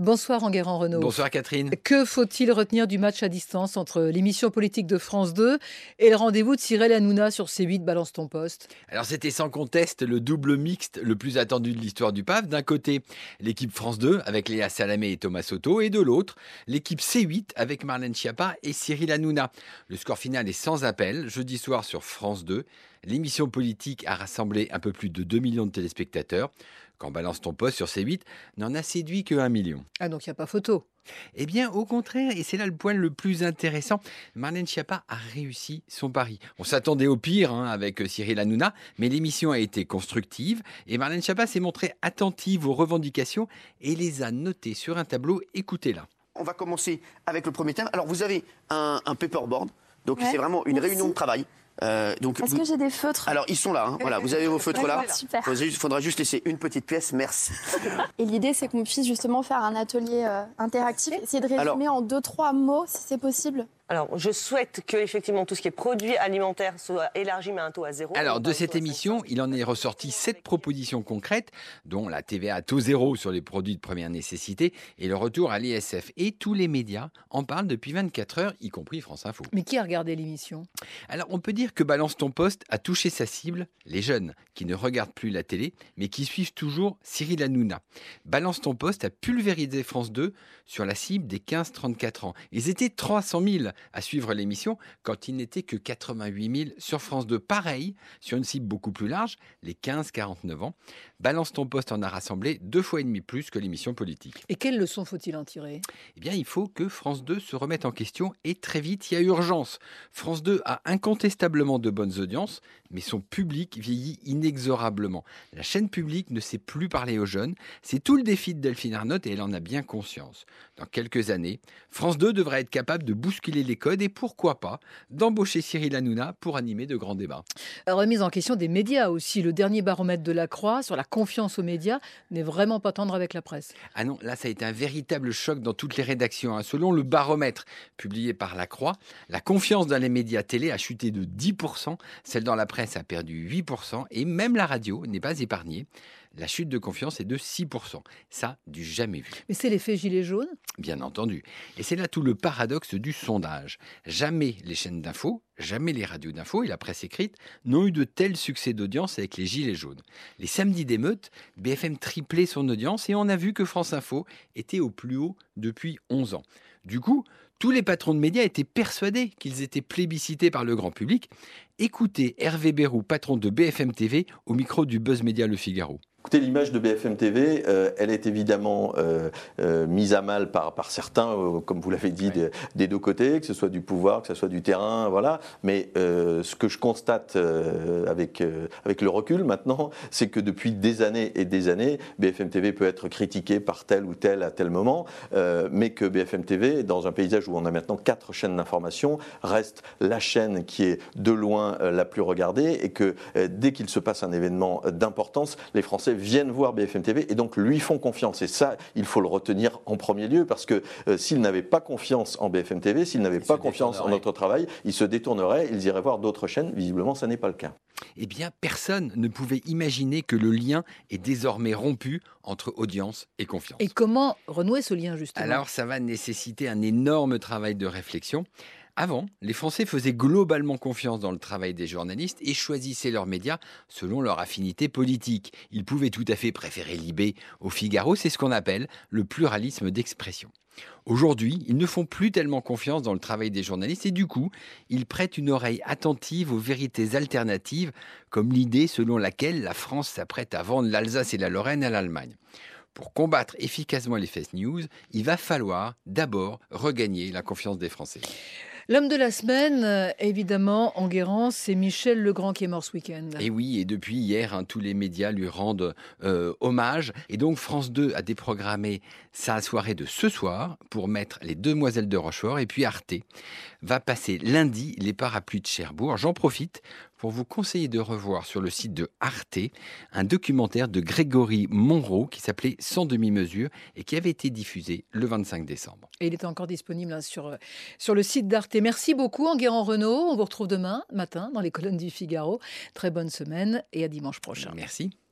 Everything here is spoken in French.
Bonsoir Enguerrand Renaud. Bonsoir Catherine. Que faut-il retenir du match à distance entre l'émission politique de France 2 et le rendez-vous de Cyril Hanouna sur C8 Balance ton poste? Alors c'était sans conteste le double mixte le plus attendu de l'histoire du PAF. D'un côté, l'équipe France 2 avec Léa Salamé et Thomas Soto, et de l'autre, l'équipe C8 avec Marlène Schiappa et Cyril Hanouna. Le score final est sans appel. Jeudi soir sur France 2, l'émission politique a rassemblé un peu plus de 2 millions de téléspectateurs. Quand Balance ton poste sur C8 n'en a séduit que 1 million. Ah donc il n'y a pas photo. Eh bien, au contraire, et c'est là le point le plus intéressant, Marlène Schiappa a réussi son pari. On s'attendait au pire avec Cyril Hanouna, mais l'émission a été constructive et Marlène Schiappa s'est montrée attentive aux revendications et les a notées sur un tableau. Écoutez-la. On va commencer avec le premier thème. Alors, vous avez un paperboard, donc Ouais, c'est vraiment une réunion de travail. Est-ce que j'ai des feutres? Alors, ils sont là, hein. Voilà, vous avez vos feutres là. Super. Il faudra juste laisser une petite pièce, merci. Et l'idée, c'est qu'on puisse justement faire un atelier interactif, essayer de résumer en 2-3 mots, si c'est possible. Alors, je souhaite que effectivement tout ce qui est produit alimentaire soit élargi, mais à un taux à zéro. Alors, de cette émission, il en est ressorti 7 propositions concrètes, dont la TVA à taux zéro sur les produits de première nécessité et le retour à l'ISF. Et tous les médias en parlent depuis 24 heures, y compris France Info. Mais qui a regardé l'émission? Alors, on peut dire que Balance ton poste a touché sa cible, les jeunes qui ne regardent plus la télé, mais qui suivent toujours Cyril Hanouna. Balance ton poste a pulvérisé France 2 sur la cible des 15-34 ans. Ils étaient 300 000 à suivre l'émission quand il n'était que 88 000 sur France 2. Pareil, sur une cible beaucoup plus large, les 15-49 ans. Balance ton poste en a rassemblé 2,5 fois plus que l'émission politique. Et quelles leçons faut-il en tirer? Eh bien, il faut que France 2 se remette en question et très vite, il y a urgence. France 2 a incontestablement de bonnes audiences, mais son public vieillit inexorablement. La chaîne publique ne sait plus parler aux jeunes. C'est tout le défi de Delphine Arnault et elle en a bien conscience. Dans quelques années, France 2 devra être capable de bousculer les codes et pourquoi pas d'embaucher Cyril Hanouna pour animer de grands débats. Remise en question des médias aussi. Le dernier baromètre de la Croix sur la confiance aux médias n'est vraiment pas tendre avec la presse. Ah non, là ça a été un véritable choc dans toutes les rédactions. Selon le baromètre publié par la Croix, la confiance dans les médias télé a chuté de 10%, celle dans la presse a perdu 8% et même la radio n'est pas épargnée. La chute de confiance est de 6%. Ça, du jamais vu. Mais c'est l'effet gilet jaune? Bien entendu. Et c'est là tout le paradoxe du sondage. Jamais les chaînes d'infos, jamais les radios d'infos et la presse écrite n'ont eu de tels succès d'audience avec les gilets jaunes. Les samedis d'émeute, BFM triplait son audience et on a vu que France Info était au plus haut depuis 11 ans. Du coup, tous les patrons de médias étaient persuadés qu'ils étaient plébiscités par le grand public. Écoutez Hervé Bérou, patron de BFM TV, au micro du Buzz Média Le Figaro. Écoutez, l'image de BFM TV, elle est évidemment mise à mal par certains, comme vous l'avez dit, des deux côtés, que ce soit du pouvoir, que ce soit du terrain, voilà. Mais ce que je constate avec le recul maintenant, c'est que depuis des années et des années, BFM TV peut être critiqué par tel ou tel à tel moment, mais que BFM TV, dans un paysage où on a maintenant 4 chaînes d'information, reste la chaîne qui est de loin la plus regardée et que dès qu'il se passe un événement d'importance, les Français viennent voir BFM TV et donc lui font confiance. Et ça, il faut le retenir en premier lieu parce que s'ils n'avaient pas confiance en BFM TV, s'ils n'avaient pas confiance en notre travail, ils se détourneraient, ils iraient voir d'autres chaînes. Visiblement, ça n'est pas le cas. Eh bien, personne ne pouvait imaginer que le lien est désormais rompu entre audience et confiance. Et comment renouer ce lien, justement? Alors, ça va nécessiter un énorme travail de réflexion. Avant, les Français faisaient globalement confiance dans le travail des journalistes et choisissaient leurs médias selon leur affinité politique. Ils pouvaient tout à fait préférer Libé au Figaro, c'est ce qu'on appelle le pluralisme d'expression. Aujourd'hui, ils ne font plus tellement confiance dans le travail des journalistes et du coup, ils prêtent une oreille attentive aux vérités alternatives, comme l'idée selon laquelle la France s'apprête à vendre l'Alsace et la Lorraine à l'Allemagne. Pour combattre efficacement les fake news, il va falloir d'abord regagner la confiance des Français. L'homme de la semaine, évidemment, Enguerrand, c'est Michel Legrand qui est mort ce week-end. Et oui, et depuis hier, tous les médias lui rendent hommage. Et donc France 2 a déprogrammé sa soirée de ce soir pour mettre Les Demoiselles de Rochefort. Et puis Arte va passer lundi Les Parapluies de Cherbourg. J'en profite pour vous conseiller de revoir sur le site de Arte un documentaire de Grégory Monroe qui s'appelait Sans demi-mesure et qui avait été diffusé le 25 décembre. Et il est encore disponible sur le site d'Arte. Merci beaucoup Enguerrand Renaud. On vous retrouve demain matin dans les colonnes du Figaro. Très bonne semaine et à dimanche prochain. Merci.